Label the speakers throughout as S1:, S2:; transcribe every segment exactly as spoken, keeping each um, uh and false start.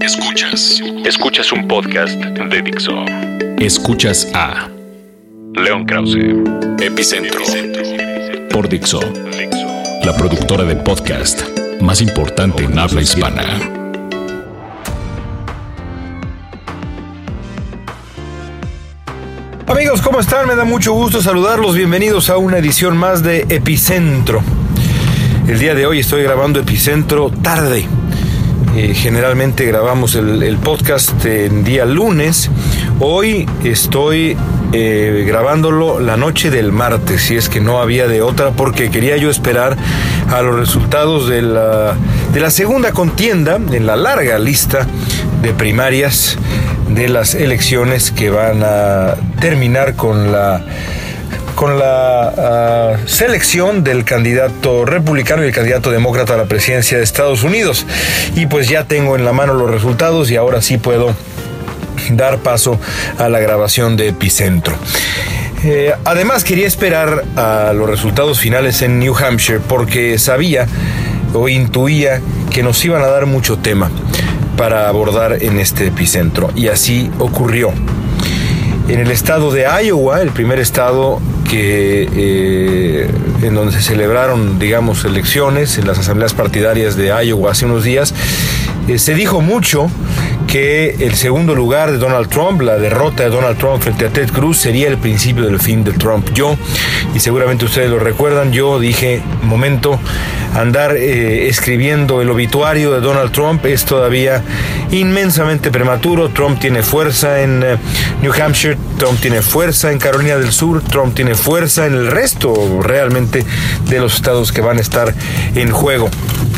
S1: Escuchas. Escuchas un podcast de Dixo. Escuchas a León Krause, Epicentro, por Dixo, la productora de podcast más importante en habla hispana.
S2: Amigos, ¿cómo están? Me da mucho gusto saludarlos. Bienvenidos a una edición más de Epicentro. El día de hoy estoy grabando Epicentro tarde. Eh, generalmente grabamos el, el podcast en día lunes. Hoy estoy eh, grabándolo la noche del martes, si es que no había de otra, porque quería yo esperar a los resultados de la, de la segunda contienda en la larga lista de primarias de las elecciones que van a terminar con la con la uh, selección del candidato republicano y el candidato demócrata a la presidencia de Estados Unidos. Y pues ya tengo en la mano los resultados y ahora sí puedo dar paso a la grabación de Epicentro. Eh, además quería esperar a los resultados finales en New Hampshire porque sabía o intuía que nos iban a dar mucho tema para abordar en este Epicentro, y así ocurrió. En el estado de Iowa, el primer estado que eh, en donde se celebraron, digamos, elecciones en las asambleas partidarias de Iowa hace unos días, eh, se dijo mucho que el segundo lugar de Donald Trump, la derrota de Donald Trump frente a Ted Cruz, sería el principio del fin de Trump. Yo, y seguramente ustedes lo recuerdan, yo dije, momento, andar eh, escribiendo el obituario de Donald Trump es todavía inmensamente prematuro. Trump tiene fuerza en eh, New Hampshire, Trump tiene fuerza en Carolina del Sur, Trump tiene fuerza en el resto realmente de los estados que van a estar en juego.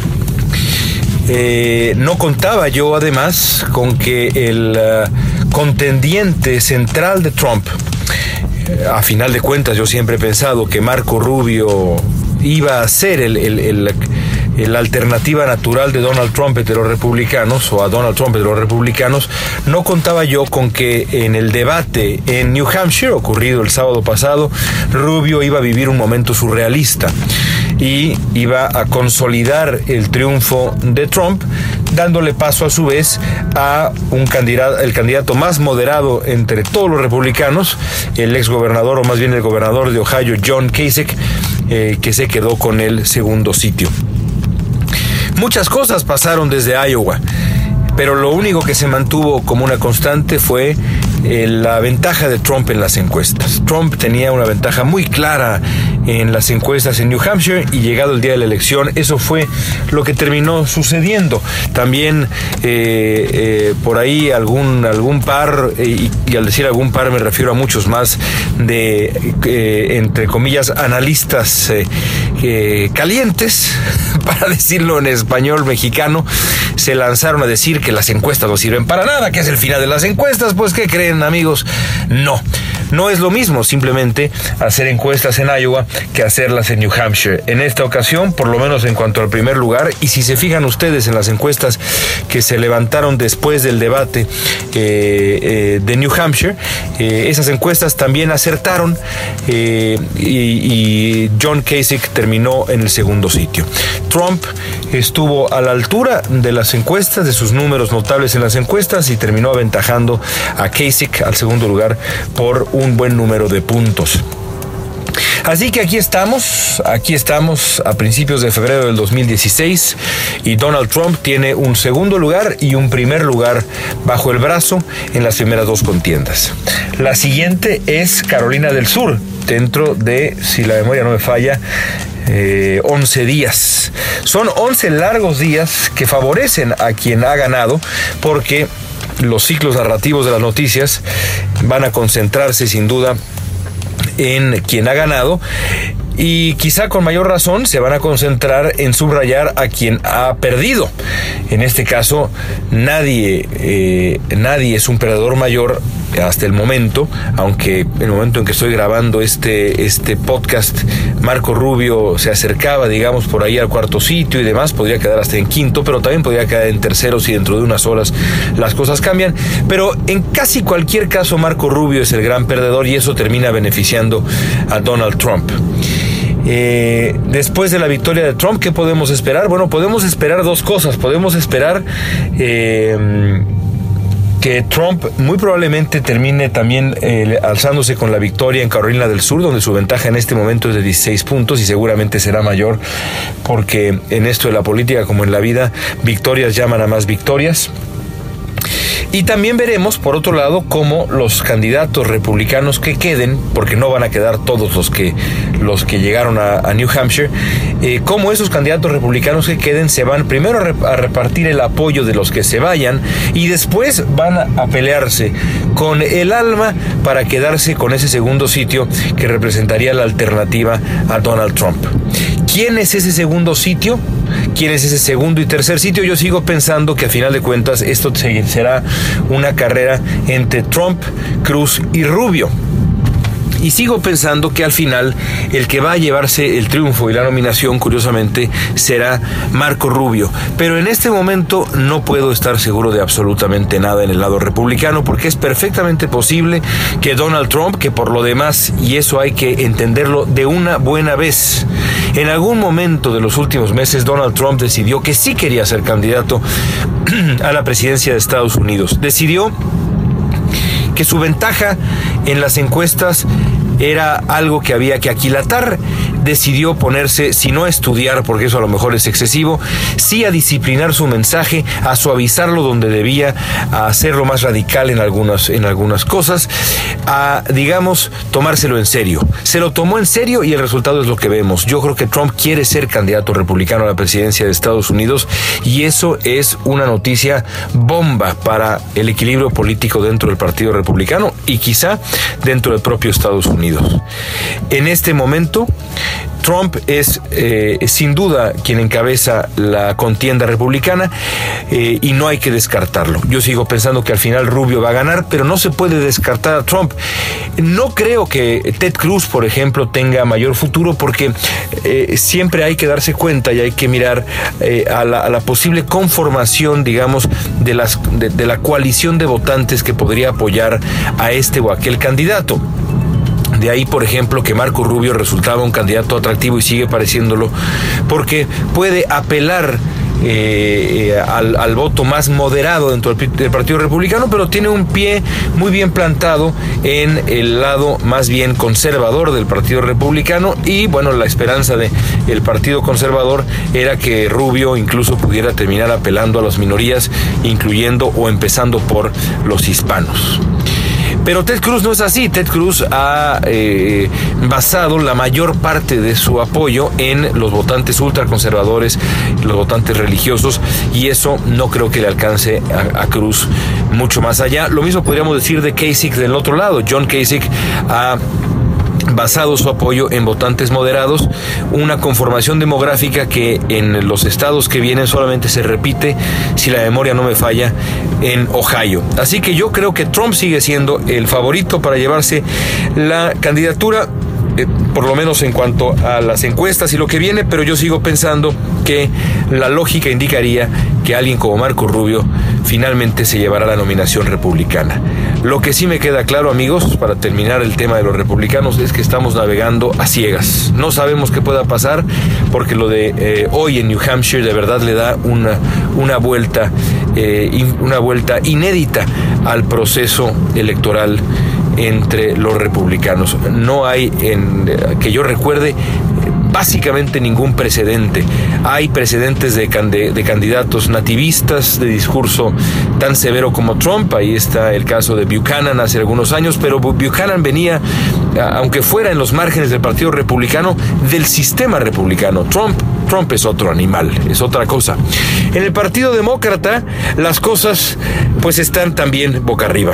S2: Eh, no contaba yo además con que el uh, contendiente central de Trump, eh, a final de cuentas yo siempre he pensado que Marco Rubio iba a ser el, el, el, el, la alternativa natural de Donald Trump entre los republicanos, o a Donald Trump entre los republicanos. No contaba yo con que en el debate en New Hampshire, ocurrido el sábado pasado, Rubio iba a vivir un momento surrealista y iba a consolidar el triunfo de Trump, dándole paso a su vez a un candidato, el candidato más moderado entre todos los republicanos, el exgobernador, o más bien el gobernador de Ohio, John Kasich, eh, que se quedó con el segundo sitio. Muchas cosas pasaron desde Iowa, pero lo único que se mantuvo como una constante fue eh, la ventaja de Trump en las encuestas. Trump tenía una ventaja muy clara en las encuestas en New Hampshire, y llegado el día de la elección, eso fue lo que terminó sucediendo. También eh, eh, por ahí algún algún par, eh, y, y al decir algún par me refiero a muchos más de, eh, entre comillas, analistas eh, eh, calientes, para decirlo en español mexicano, se lanzaron a decir que las encuestas no sirven para nada, que es el final de las encuestas. Pues, ¿qué creen, amigos? No. No es lo mismo simplemente hacer encuestas en Iowa que hacerlas en New Hampshire. En esta ocasión, por lo menos en cuanto al primer lugar, y si se fijan ustedes en las encuestas que se levantaron después del debate eh, eh, de New Hampshire, eh, esas encuestas también acertaron, eh, y, y John Kasich terminó en el segundo sitio. Trump estuvo a la altura de las encuestas, de sus números notables en las encuestas, y terminó aventajando a Kasich al segundo lugar por un buen número de puntos. Así que aquí estamos, aquí estamos a principios de febrero del dos mil dieciséis, y Donald Trump tiene un segundo lugar y un primer lugar bajo el brazo en las primeras dos contiendas. La siguiente es Carolina del Sur, dentro de, si la memoria no me falla, eh, once días. Son once largos días que favorecen a quien ha ganado, porque los ciclos narrativos de las noticias van a concentrarse sin duda en quien ha ganado, y quizá con mayor razón se van a concentrar en subrayar a quien ha perdido. En este caso, nadie, eh, nadie es un perdedor mayor hasta el momento, aunque en el momento en que estoy grabando este, este podcast, Marco Rubio se acercaba, digamos, por ahí al cuarto sitio y demás, podría quedar hasta en quinto, pero también podría quedar en tercero si dentro de unas horas las cosas cambian. Pero en casi cualquier caso, Marco Rubio es el gran perdedor, y eso termina beneficiando a Donald Trump. Eh, después de la victoria de Trump, ¿qué podemos esperar? Bueno, podemos esperar dos cosas. Podemos esperar eh, que Trump muy probablemente termine también eh, alzándose con la victoria en Carolina del Sur, donde su ventaja en este momento es de dieciséis puntos y seguramente será mayor, porque en esto de la política, como en la vida, victorias llaman a más victorias. Y también veremos, por otro lado, cómo los candidatos republicanos que queden, porque no van a quedar todos los que los que llegaron a, a New Hampshire, eh, cómo esos candidatos republicanos que queden se van primero a, rep- a repartir el apoyo de los que se vayan y después van a, a pelearse con el alma para quedarse con ese segundo sitio que representaría la alternativa a Donald Trump. ¿Quién es ese segundo sitio? ¿Quién es ese segundo y tercer sitio? Yo sigo pensando que a final de cuentas esto será una carrera entre Trump, Cruz y Rubio. Y sigo pensando que al final el que va a llevarse el triunfo y la nominación, curiosamente, será Marco Rubio. Pero en este momento no puedo estar seguro de absolutamente nada en el lado republicano, porque es perfectamente posible que Donald Trump, que por lo demás, y eso hay que entenderlo de una buena vez, en algún momento de los últimos meses Donald Trump decidió que sí quería ser candidato a la presidencia de Estados Unidos. Decidió que su ventaja en las encuestas era algo que había que aquilatar. Decidió ponerse, si no a estudiar, porque eso a lo mejor es excesivo, sí a disciplinar su mensaje, a suavizarlo donde debía, a hacerlo más radical en algunas, en algunas cosas, a, digamos, tomárselo en serio. Se lo tomó en serio y el resultado es lo que vemos. Yo creo que Trump quiere ser candidato republicano a la presidencia de Estados Unidos y eso es una noticia bomba para el equilibrio político dentro del Partido Republicano y quizá dentro del propio Estados Unidos. En este momento, Trump es eh, sin duda quien encabeza la contienda republicana eh, y no hay que descartarlo. Yo sigo pensando que al final Rubio va a ganar, pero no se puede descartar a Trump. No creo que Ted Cruz, por ejemplo, tenga mayor futuro porque eh, siempre hay que darse cuenta y hay que mirar eh, a, la, a la posible conformación, digamos, de, las, de, de la coalición de votantes que podría apoyar a este o aquel candidato. De ahí, por ejemplo, que Marco Rubio resultaba un candidato atractivo y sigue pareciéndolo, porque puede apelar eh, al, al voto más moderado dentro del, del Partido Republicano, pero tiene un pie muy bien plantado en el lado más bien conservador del Partido Republicano y, bueno, la esperanza del Partido Conservador era que Rubio incluso pudiera terminar apelando a las minorías, incluyendo o empezando por los hispanos. Pero Ted Cruz no es así. Ted Cruz ha eh, basado la mayor parte de su apoyo en los votantes ultraconservadores, los votantes religiosos, y eso no creo que le alcance a, a Cruz mucho más allá. Lo mismo podríamos decir de Kasich del otro lado. John Kasich ha basado su apoyo en votantes moderados, una conformación demográfica que en los estados que vienen solamente se repite, si la memoria no me falla, en Ohio. Así que yo creo que Trump sigue siendo el favorito para llevarse la candidatura, eh, por lo menos en cuanto a las encuestas y lo que viene, pero yo sigo pensando que la lógica indicaría que alguien como Marco Rubio finalmente se llevará la nominación republicana. Lo que sí me queda claro, amigos, para terminar el tema de los republicanos, es que estamos navegando a ciegas. No sabemos qué pueda pasar, porque lo de eh, hoy en New Hampshire de verdad le da una, una vuelta, eh, in, una vuelta inédita al proceso electoral entre los republicanos. No hay, en, que yo recuerde, básicamente ningún precedente. Hay precedentes de, de, de candidatos nativistas de discurso tan severo como Trump. Ahí está el caso de Buchanan hace algunos años, pero Buchanan venía, aunque fuera en los márgenes del Partido Republicano, del sistema republicano. Trump Trump es otro animal, es otra cosa. En el Partido Demócrata las cosas pues están también boca arriba.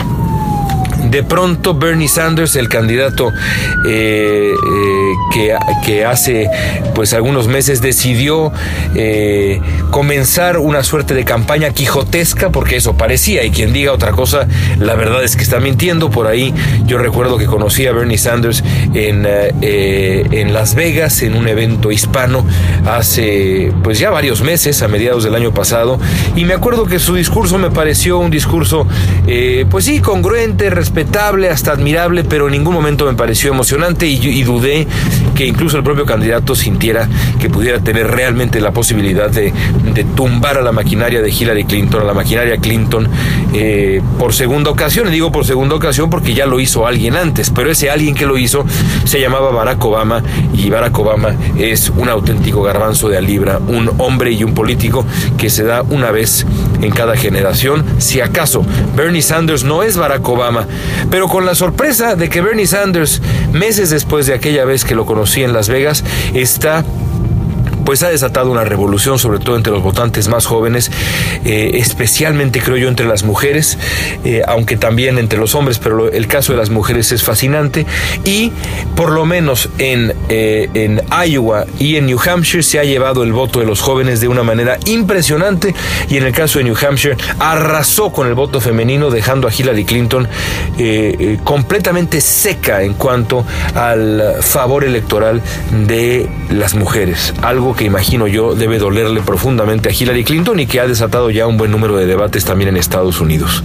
S2: De pronto Bernie Sanders, el candidato eh, eh, que, que hace pues algunos meses decidió eh, comenzar una suerte de campaña quijotesca, porque eso parecía, y quien diga otra cosa, la verdad es que está mintiendo. Por ahí yo recuerdo que conocí a Bernie Sanders en, eh, en Las Vegas, en un evento hispano, hace pues ya varios meses, a mediados del año pasado, y me acuerdo que su discurso me pareció un discurso eh, pues sí, congruente respecto respetable, hasta admirable, pero en ningún momento me pareció emocionante y, y dudé que incluso el propio candidato sintiera que pudiera tener realmente la posibilidad de, de tumbar a la maquinaria de Hillary Clinton, a la maquinaria Clinton, eh, por segunda ocasión. Y digo por segunda ocasión porque ya lo hizo alguien antes, pero ese alguien que lo hizo se llamaba Barack Obama, y Barack Obama es un auténtico garbanzo de a libra, un hombre y un político que se da una vez en cada generación. Si acaso Bernie Sanders no es Barack Obama, pero con la sorpresa de que Bernie Sanders, meses después de aquella vez que lo conocí en Las Vegas, está pues ha desatado una revolución, sobre todo entre los votantes más jóvenes, eh, especialmente creo yo entre las mujeres, eh, aunque también entre los hombres, pero lo, el caso de las mujeres es fascinante, y por lo menos en, eh, en Iowa y en New Hampshire se ha llevado el voto de los jóvenes de una manera impresionante, y en el caso de New Hampshire arrasó con el voto femenino, dejando a Hillary Clinton eh, eh, completamente seca en cuanto al favor electoral de las mujeres, algo que imagino yo debe dolerle profundamente a Hillary Clinton y que ha desatado ya un buen número de debates también en Estados Unidos.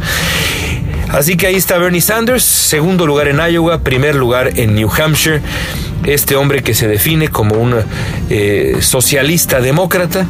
S2: Así que ahí está Bernie Sanders, segundo lugar en Iowa, primer lugar en New Hampshire. Este hombre que se define como un eh, socialista demócrata,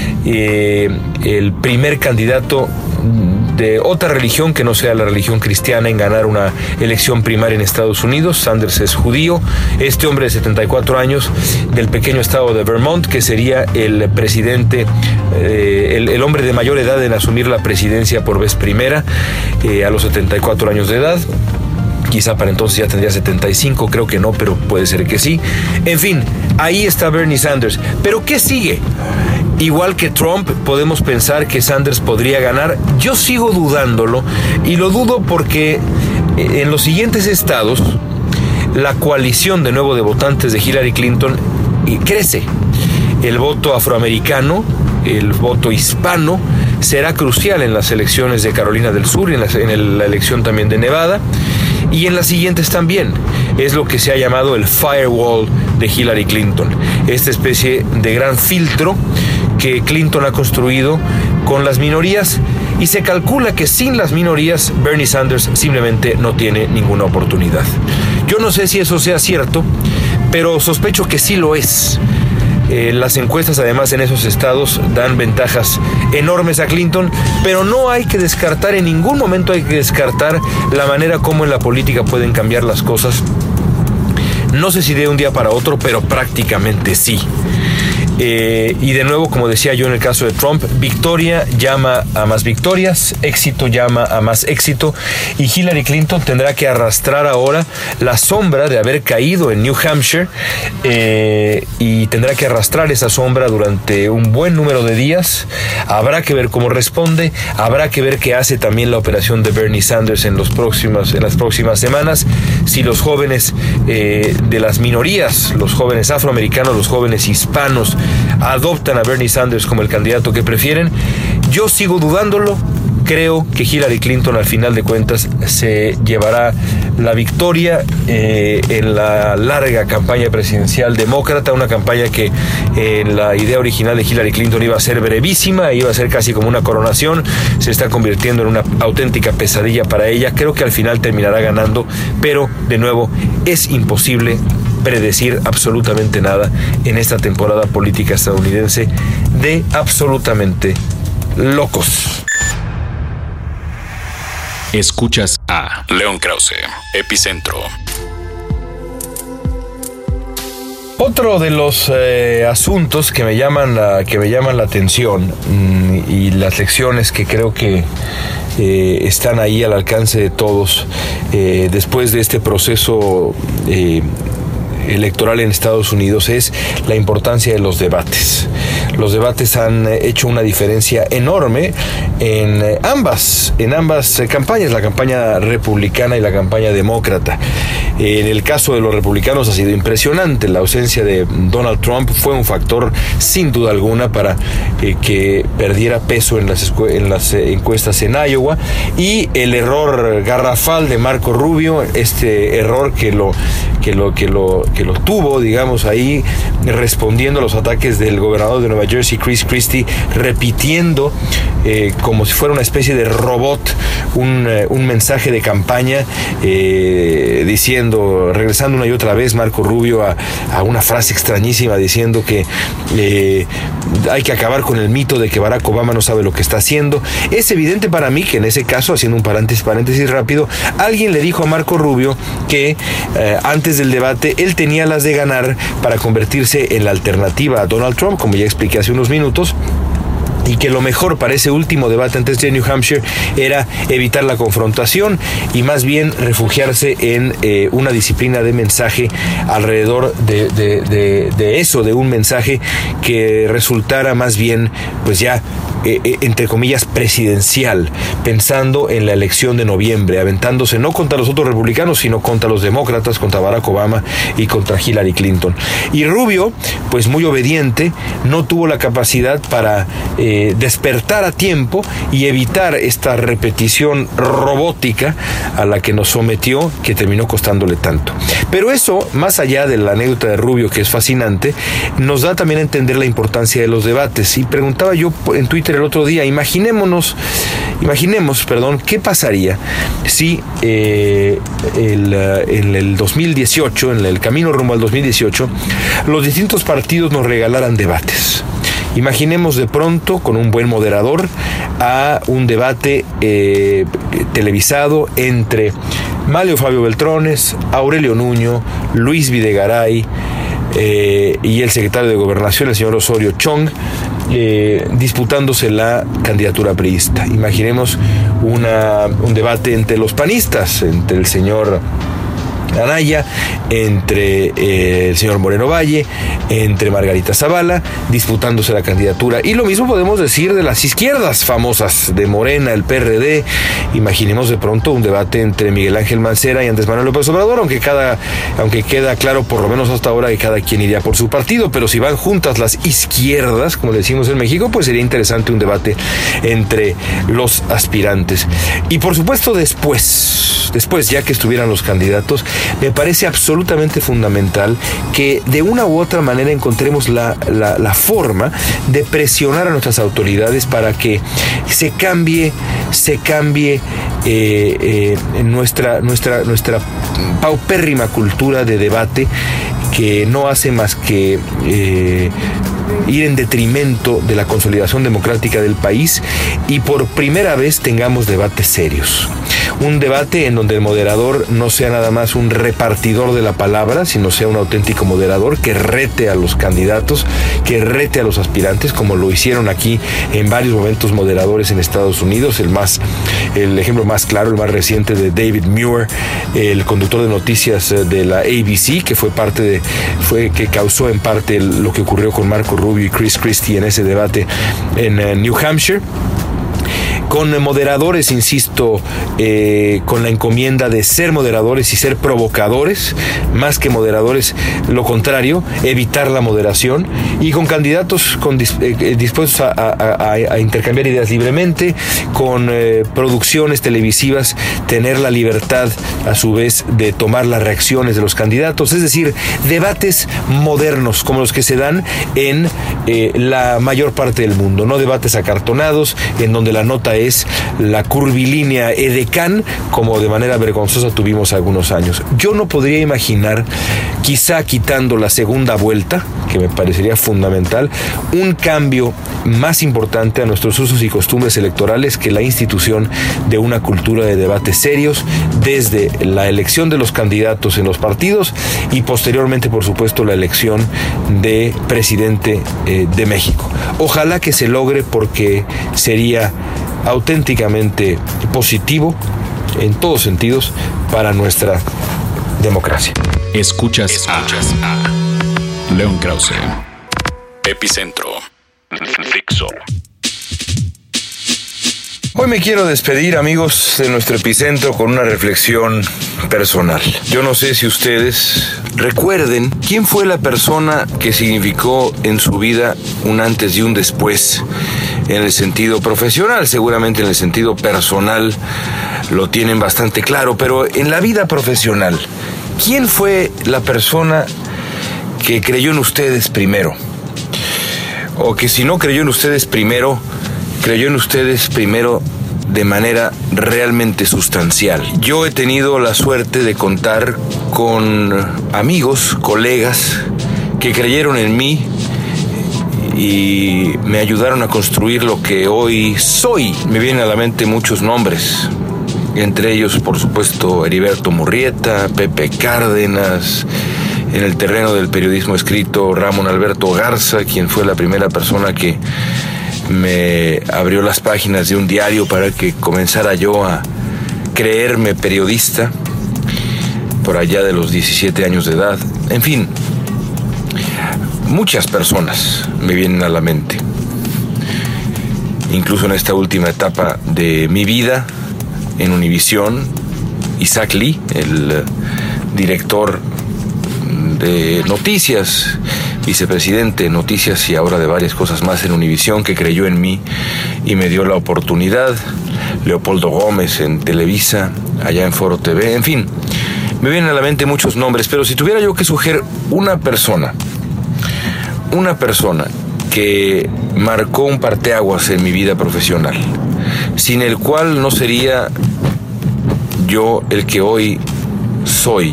S2: eh, el primer candidato de otra religión que no sea la religión cristiana en ganar una elección primaria en Estados Unidos. Sanders es judío. Este hombre de setenta y cuatro años del pequeño estado de Vermont, que sería el presidente, eh, el, el hombre de mayor edad en asumir la presidencia por vez primera, eh, a los setenta y cuatro años de edad. Quizá para entonces ya tendría setenta y cinco, creo que no, pero puede ser que sí. En fin, ahí está Bernie Sanders. ¿Pero qué sigue? Igual que Trump, podemos pensar que Sanders podría ganar. Yo sigo dudándolo, y lo dudo porque en los siguientes estados la coalición de nuevo de votantes de Hillary Clinton crece. El voto afroamericano, el voto hispano, será crucial en las elecciones de Carolina del Sur y en la, en la elección también de Nevada, y en las siguientes también. Es lo que se ha llamado el firewall de Hillary Clinton, esta especie de gran filtro que Clinton ha construido con las minorías, y se calcula que sin las minorías Bernie Sanders simplemente no tiene ninguna oportunidad. Yo no sé si eso sea cierto, pero sospecho que sí lo es. Eh, las encuestas además en esos estados dan ventajas enormes a Clinton, pero no hay que descartar, en ningún momento hay que descartar la manera como en la política pueden cambiar las cosas. No sé si de un día para otro, pero prácticamente sí. Eh, y de nuevo, como decía yo en el caso de Trump, victoria llama a más victorias, éxito llama a más éxito, y Hillary Clinton tendrá que arrastrar ahora la sombra de haber caído en New Hampshire, eh, y tendrá que arrastrar esa sombra durante un buen número de días. Habrá que ver cómo responde, habrá que ver qué hace también la operación de Bernie Sanders en, los próximos, en las próximas semanas, si los jóvenes eh, de las minorías, los jóvenes afroamericanos, los jóvenes hispanos, adoptan a Bernie Sanders como el candidato que prefieren. Yo sigo dudándolo. Creo que Hillary Clinton al final de cuentas se llevará la victoria eh, en la larga campaña presidencial demócrata, una campaña que eh, la idea original de Hillary Clinton iba a ser brevísima, iba a ser casi como una coronación, se está convirtiendo en una auténtica pesadilla para ella. Creo que al final terminará ganando, pero de nuevo es imposible predecir absolutamente nada en esta temporada política estadounidense de absolutamente locos.
S1: Escuchas a León Krause, Epicentro.
S2: Otro de los eh, asuntos que me llaman la, que me llaman la atención, mmm, y las lecciones que creo que eh, están ahí al alcance de todos eh, después de este proceso eh, electoral en Estados Unidos, es la importancia de los debates. Los debates han hecho una diferencia enorme en ambas, en ambas campañas, la campaña republicana y la campaña demócrata. En el caso de los republicanos ha sido impresionante. La ausencia de Donald Trump fue un factor sin duda alguna para eh, que perdiera peso en las, en las encuestas en Iowa, y el error garrafal de Marco Rubio, este error que lo que lo que lo que lo tuvo, digamos, ahí respondiendo a los ataques del gobernador de Nueva Nueva Jersey, Chris Christie, repitiendo eh, como si fuera una especie de robot un, eh, un mensaje de campaña, eh, diciendo, regresando una y otra vez Marco Rubio a, a una frase extrañísima diciendo que eh, hay que acabar con el mito de que Barack Obama no sabe lo que está haciendo. Es evidente para mí que en ese caso, haciendo un paréntesis, paréntesis rápido, alguien le dijo a Marco Rubio que eh, antes del debate él tenía las de ganar para convertirse en la alternativa a Donald Trump, como ya expliqué hace unos minutos, y que lo mejor para ese último debate antes de New Hampshire era evitar la confrontación y más bien refugiarse en eh, una disciplina de mensaje alrededor de, de, de, de eso, de un mensaje que resultara más bien, pues ya, eh, eh, entre comillas, presidencial, pensando en la elección de noviembre, aventándose no contra los otros republicanos, sino contra los demócratas, contra Barack Obama y contra Hillary Clinton. Y Rubio, pues muy obediente, no tuvo la capacidad para eh, despertar a tiempo y evitar esta repetición robótica a la que nos sometió, que terminó costándole tanto. Pero eso, más allá de la anécdota de Rubio, que es fascinante, nos da también a entender la importancia de los debates. Y preguntaba yo en Twitter el otro día, imaginémonos, imaginemos, perdón, ¿qué pasaría si eh, el, en el dos mil dieciocho, en el camino rumbo al dos mil dieciocho, los distintos partidos nos regalaran debates? Imaginemos de pronto, con un buen moderador, a un debate eh, televisado entre Mario Fabio Beltrones, Aurelio Nuño, Luis Videgaray eh, y el secretario de Gobernación, el señor Osorio Chong, eh, disputándose la candidatura priista. Imaginemos una, un debate entre los panistas, entre el señor Anaya, entre eh, el señor Moreno Valle, entre Margarita Zavala, disputándose la candidatura. Y lo mismo podemos decir de las izquierdas famosas, de Morena, el P R D. Imaginemos de pronto un debate entre Miguel Ángel Mancera y Andrés Manuel López Obrador, aunque cada, aunque queda claro, por lo menos hasta ahora, que cada quien iría por su partido. Pero si van juntas las izquierdas, como le decimos en México, pues sería interesante un debate entre los aspirantes. Y por supuesto después, después ya que estuvieran los candidatos, me parece absolutamente fundamental que de una u otra manera encontremos la, la, la forma de presionar a nuestras autoridades para que se cambie, se cambie eh, eh, nuestra, nuestra, nuestra paupérrima cultura de debate, que no hace más que eh, ir en detrimento de la consolidación democrática del país, y por primera vez tengamos debates serios. Un debate en donde el moderador no sea nada más un repartidor de la palabra, sino sea un auténtico moderador que rete a los candidatos, que rete a los aspirantes, como lo hicieron aquí en varios momentos moderadores en Estados Unidos. El más, el ejemplo más claro, el más reciente, de David Muir, el conductor de noticias de la A B C, que fue parte de, fue que causó en parte lo que ocurrió con Marco Rubio y Chris Christie en ese debate en uh, New Hampshire. Con moderadores, insisto, eh, con la encomienda de ser moderadores y ser provocadores, más que moderadores, lo contrario, evitar la moderación, y con candidatos con, eh, dispuestos a, a, a intercambiar ideas libremente, con eh, producciones televisivas, tener la libertad a su vez de tomar las reacciones de los candidatos, es decir, debates modernos como los que se dan en eh, la mayor parte del mundo, no debates acartonados en donde la nota es la curvilínea edecán, como de manera vergonzosa tuvimos algunos años. Yo no podría imaginar, quizá quitando la segunda vuelta, que me parecería fundamental, un cambio más importante a nuestros usos y costumbres electorales que la institución de una cultura de debates serios, desde la elección de los candidatos en los partidos y posteriormente, por supuesto, la elección de presidente eh, de México. Ojalá que se logre, porque sería auténticamente positivo en todos sentidos para nuestra democracia.
S1: Escuchas, Escuchas a, a León Krause. Epicentro. Dixo.
S2: Hoy me quiero despedir, amigos, de nuestro Epicentro con una reflexión personal. Yo no sé si ustedes recuerden quién fue la persona que significó en su vida un antes y un después en el sentido profesional. Seguramente en el sentido personal lo tienen bastante claro, pero en la vida profesional, ¿quién fue la persona que creyó en ustedes primero? o que si no creyó en ustedes primero, creyó en ustedes primero de manera realmente sustancial. Yo he tenido la suerte de contar con amigos, colegas, que creyeron en mí y me ayudaron a construir lo que hoy soy. Me vienen a la mente muchos nombres, entre ellos, por supuesto, Heriberto Murrieta, Pepe Cárdenas. En el terreno del periodismo escrito, Ramón Alberto Garza, quien fue la primera persona que me abrió las páginas de un diario para que comenzara yo a creerme periodista, por allá de los diecisiete años de edad. En fin, muchas personas me vienen a la mente. Incluso en esta última etapa de mi vida, en Univisión, Isaac Lee, el director de noticias, vicepresidente de noticias y ahora de varias cosas más en Univisión, que creyó en mí y me dio la oportunidad. Leopoldo Gómez en Televisa, allá en Foro T V, en fin, me vienen a la mente muchos nombres, pero si tuviera yo que sugerir una persona, una persona que marcó un parteaguas en mi vida profesional, sin el cual no sería yo el que hoy soy,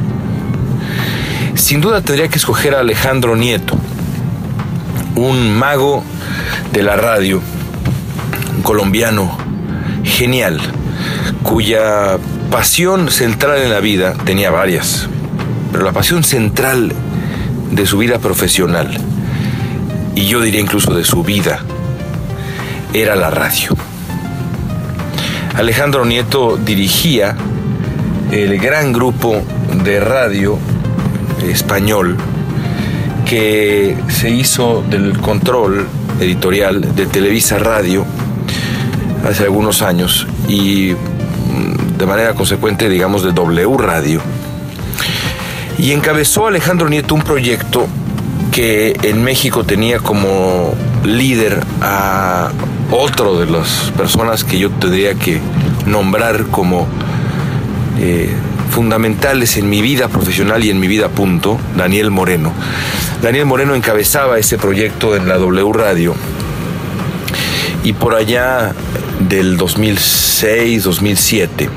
S2: sin duda tendría que escoger a Alejandro Nieto, un mago de la radio, un colombiano genial, cuya pasión central en la vida, tenía varias, pero la pasión central de su vida profesional, y yo diría incluso de su vida, era la radio. Alejandro Nieto dirigía el gran grupo de radio español que se hizo del control editorial de Televisa Radio hace algunos años y de manera consecuente, digamos, de W Radio. Y encabezó Alejandro Nieto un proyecto que en México tenía como líder a otro de las personas que yo tendría que nombrar como eh, fundamentales en mi vida profesional y en mi vida punto, Daniel Moreno. Daniel Moreno encabezaba ese proyecto en la W Radio y por allá del dos mil seis, dos mil siete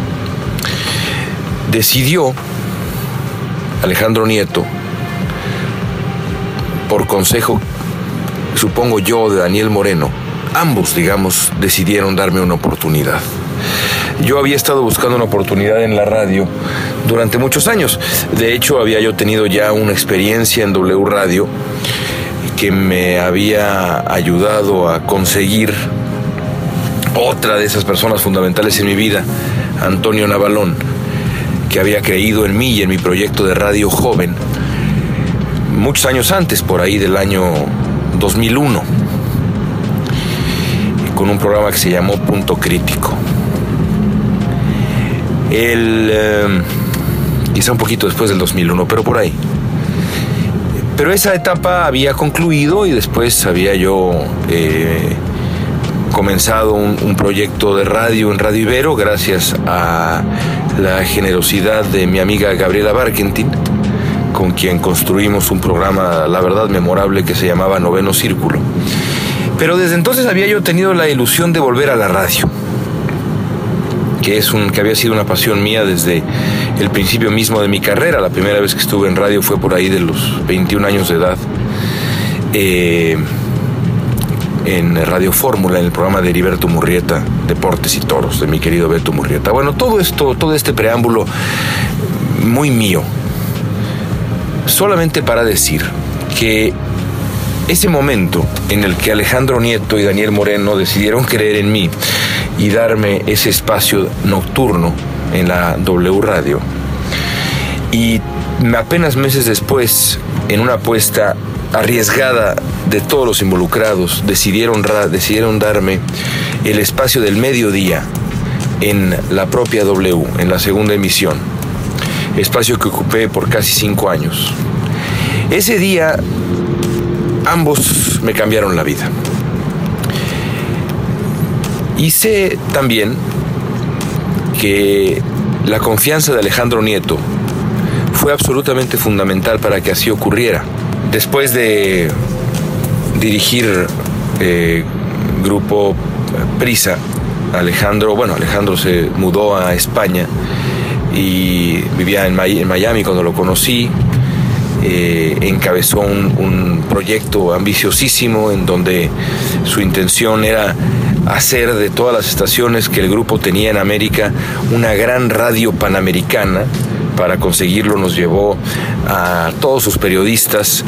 S2: decidió Alejandro Nieto, por consejo, supongo yo, de Daniel Moreno, ambos, digamos, decidieron darme una oportunidad. Yo había estado buscando una oportunidad en la radio durante muchos años. De hecho, había yo tenido ya una experiencia en W Radio que me había ayudado a conseguir otra de esas personas fundamentales en mi vida, Antonio Navalón, que había creído en mí y en mi proyecto de radio joven muchos años antes, por ahí del año dos mil uno, con un programa que se llamó Punto Crítico. El, eh, quizá un poquito después del dos mil uno, pero por ahí. Pero esa etapa había concluido y después había yo eh, comenzado un, un proyecto de radio en Radio Ibero, gracias a la generosidad de mi amiga Gabriela Barkentin, con quien construimos un programa, la verdad, memorable, que se llamaba Noveno Círculo. Pero desde entonces había yo tenido la ilusión de volver a la radio, que es un que había sido una pasión mía desde el principio mismo de mi carrera. La primera vez que estuve en radio fue por ahí de los veintiún años de edad, eh, en Radio Fórmula, en el programa de Heriberto Murrieta, Deportes y Toros, de mi querido Beto Murrieta. Bueno, todo esto, todo este preámbulo muy mío, solamente para decir que ese momento en el que Alejandro Nieto y Daniel Moreno decidieron creer en mí y darme ese espacio nocturno en la W Radio, y apenas meses después, en una apuesta arriesgada de todos los involucrados, decidieron, decidieron darme el espacio del mediodía en la propia W, en la segunda emisión, espacio que ocupé por casi cinco años. Ese día ambos me cambiaron la vida. Y sé también que la confianza de Alejandro Nieto fue absolutamente fundamental para que así ocurriera. Después de, dirigir eh, Grupo Prisa, Alejandro, bueno, Alejandro se mudó a España y vivía en Miami cuando lo conocí. Eh, encabezó un, un proyecto ambiciosísimo en donde su intención era hacer de todas las estaciones que el grupo tenía en América una gran radio panamericana. Para conseguirlo nos llevó a todos sus periodistas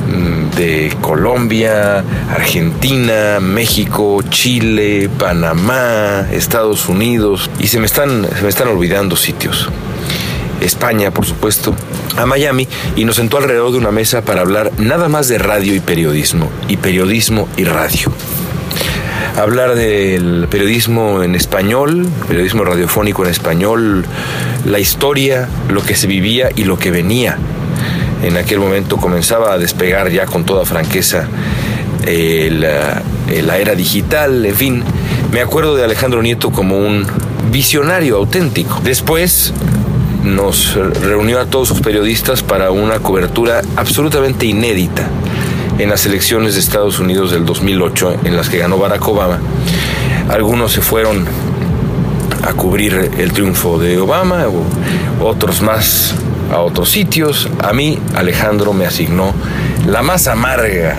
S2: de Colombia, Argentina, México, Chile, Panamá, Estados Unidos, y se me están, se me están olvidando sitios. España, por supuesto, a Miami, y nos sentó alrededor de una mesa para hablar nada más de radio y periodismo, y periodismo y radio. Hablar del periodismo en español, periodismo radiofónico en español, la historia, lo que se vivía y lo que venía. En aquel momento comenzaba a despegar ya con toda franqueza eh, la, eh, la era digital, en fin. Me acuerdo de Alejandro Nieto como un visionario auténtico. Después nos reunió a todos sus periodistas para una cobertura absolutamente inédita en las elecciones de Estados Unidos del dos mil ocho, en las que ganó Barack Obama. Algunos se fueron a cubrir el triunfo de Obama, otros más a otros sitios. A mí, Alejandro me asignó la más amarga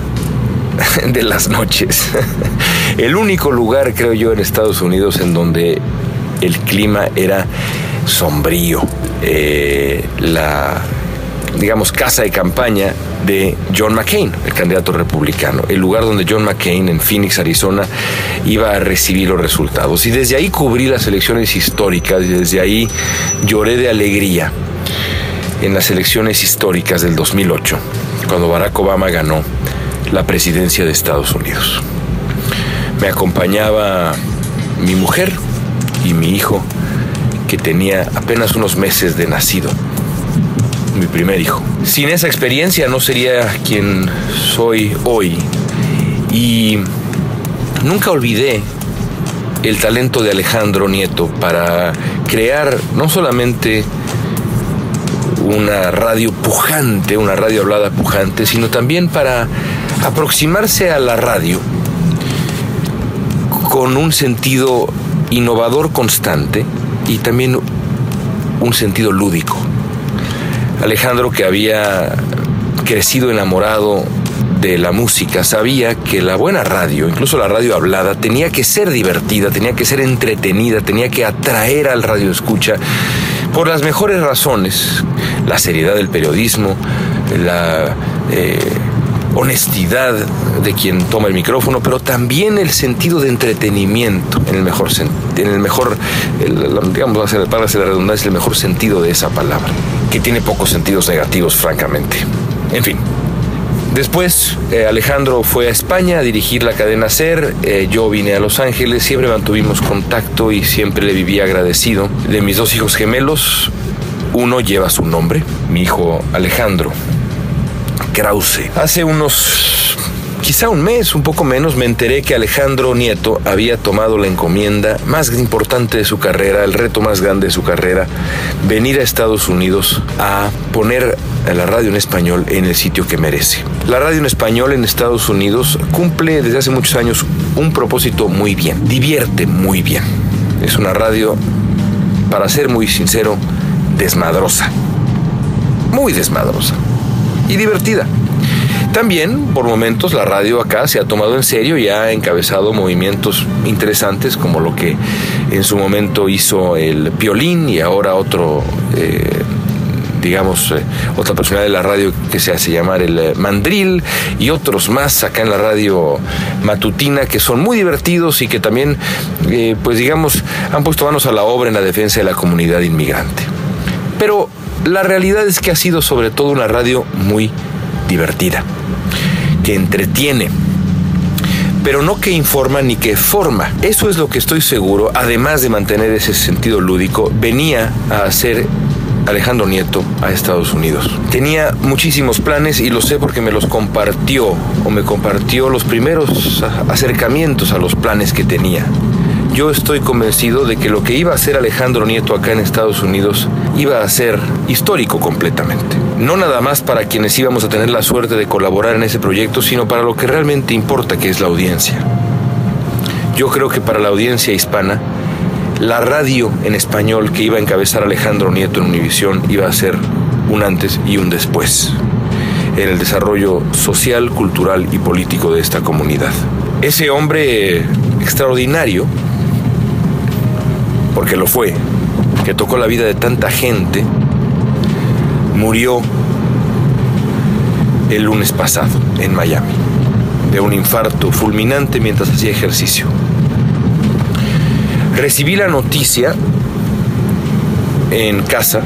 S2: de las noches. El único lugar, creo yo, en Estados Unidos en donde el clima era sombrío. Eh, la, digamos, casa de campaña de John McCain, el candidato republicano, el lugar donde John McCain en Phoenix, Arizona, iba a recibir los resultados. Y desde ahí cubrí las elecciones históricas, y desde ahí lloré de alegría en las elecciones históricas del dos mil ocho, cuando Barack Obama ganó la presidencia de Estados Unidos. Me acompañaba mi mujer y mi hijo, que tenía apenas unos meses de nacido, mi primer hijo. Sin esa experiencia no sería quien soy hoy, y nunca olvidé el talento de Alejandro Nieto para crear no solamente una radio pujante, una radio hablada pujante, sino también para aproximarse a la radio con un sentido innovador constante y también un sentido lúdico. Alejandro, que había crecido enamorado de la música, sabía que la buena radio, incluso la radio hablada, tenía que ser divertida, tenía que ser entretenida, tenía que atraer al radioescucha por las mejores razones: la seriedad del periodismo, la eh, honestidad de quien toma el micrófono, pero también el sentido de entretenimiento, en el mejor, en el mejor el, digamos, para hacer la redundancia, el mejor sentido de esa palabra, que tiene pocos sentidos negativos, francamente. En fin. Después, eh, Alejandro fue a España a dirigir la cadena SER, eh, yo vine a Los Ángeles, siempre mantuvimos contacto y siempre le viví agradecido. De mis dos hijos gemelos, uno lleva su nombre, mi hijo Alejandro Krause. Hace unos, quizá un mes, un poco menos, me enteré que Alejandro Nieto había tomado la encomienda más importante de su carrera, el reto más grande de su carrera, venir a Estados Unidos a poner a la radio en español en el sitio que merece. La radio en español en Estados Unidos cumple desde hace muchos años un propósito muy bien, divierte muy bien. Es una radio, para ser muy sincero, desmadrosa, muy desmadrosa y divertida. También, por momentos, la radio acá se ha tomado en serio y ha encabezado movimientos interesantes, como lo que en su momento hizo el Piolín y ahora otro, eh, digamos, eh, otra personalidad de la radio que se hace llamar el eh, Mandril, y otros más acá en la radio matutina que son muy divertidos y que también, eh, pues digamos, han puesto manos a la obra en la defensa de la comunidad inmigrante. Pero la realidad es que ha sido sobre todo una radio muy divertida, que entretiene, pero no que informa ni que forma. Eso es lo que estoy seguro, además de mantener ese sentido lúdico, venía a hacer Alejandro Nieto a Estados Unidos. Tenía muchísimos planes y lo sé porque me los compartió, o me compartió los primeros acercamientos a los planes que tenía. yo estoy convencido de que lo que iba a hacer Alejandro Nieto acá en Estados Unidos iba a ser histórico completamente. No nada más para quienes íbamos a tener la suerte de colaborar en ese proyecto, sino para lo que realmente importa, que es la audiencia. Yo creo que para la audiencia hispana, la radio en español que iba a encabezar Alejandro Nieto en Univisión iba a ser un antes y un después en el desarrollo social, cultural y político de esta comunidad. Ese hombre extraordinario, porque lo fue, que tocó la vida de tanta gente, murió el lunes pasado en Miami de un infarto fulminante mientras hacía ejercicio. Recibí la noticia en casa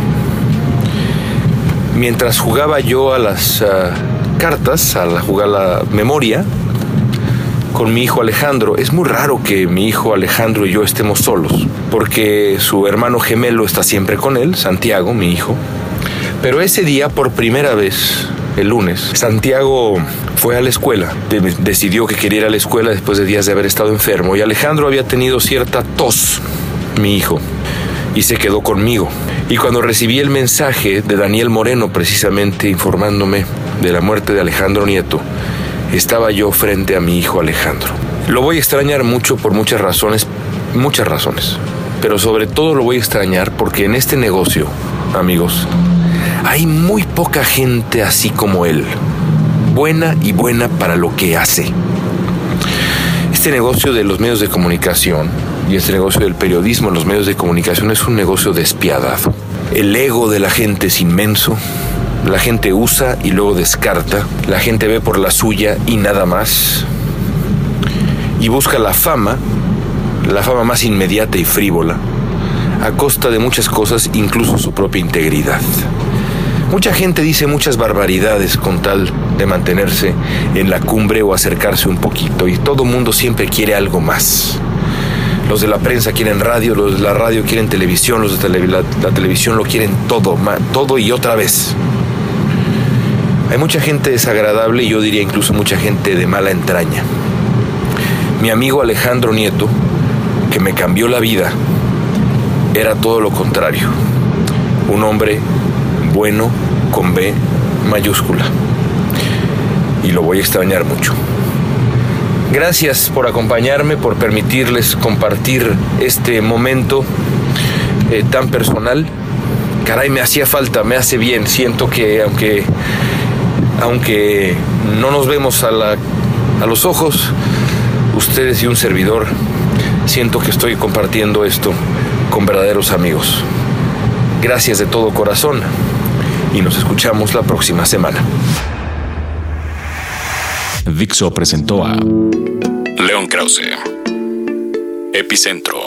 S2: mientras jugaba yo a las uh, cartas, a la, jugar la memoria con mi hijo Alejandro. Es muy raro que mi hijo Alejandro y yo estemos solos, porque su hermano gemelo está siempre con él, Santiago, mi hijo. Pero ese día, por primera vez, el lunes, Santiago fue a la escuela. De- decidió que quería ir a la escuela después de días de haber estado enfermo. Y Alejandro había tenido cierta tos, mi hijo, y se quedó conmigo. Y cuando recibí el mensaje de Daniel Moreno, precisamente informándome de la muerte de Alejandro Nieto, estaba yo frente a mi hijo Alejandro. Lo voy a extrañar mucho por muchas razones, muchas razones. Pero sobre todo lo voy a extrañar porque en este negocio, amigos, hay muy poca gente así como él, buena y buena para lo que hace. Este negocio de los medios de comunicación y este negocio del periodismo en los medios de comunicación es un negocio despiadado. El ego de la gente es inmenso. La gente usa y luego descarta. La gente ve por la suya y nada más. Y busca la fama, la fama más inmediata y frívola, a costa de muchas cosas, incluso su propia integridad. Mucha gente dice muchas barbaridades con tal de mantenerse en la cumbre o acercarse un poquito, y todo mundo siempre quiere algo más. Los de la prensa quieren radio, los de la radio quieren televisión, los de tele, la, la televisión lo quieren todo, ma, todo y otra vez. Hay mucha gente desagradable y yo diría incluso mucha gente de mala entraña. Mi amigo Alejandro Nieto, que me cambió la vida, era todo lo contrario. Un hombre bueno con B mayúscula. Y lo voy a extrañar mucho. Gracias por acompañarme, por permitirles compartir este momento eh, tan personal. Caray, me hacía falta, me hace bien. Siento que aunque, aunque no nos vemos a, la, a los ojos, ustedes y un servidor, siento que estoy compartiendo esto con verdaderos amigos. Gracias de todo corazón y nos escuchamos la próxima semana.
S1: Dixo presentó a León Krause, Epicentro.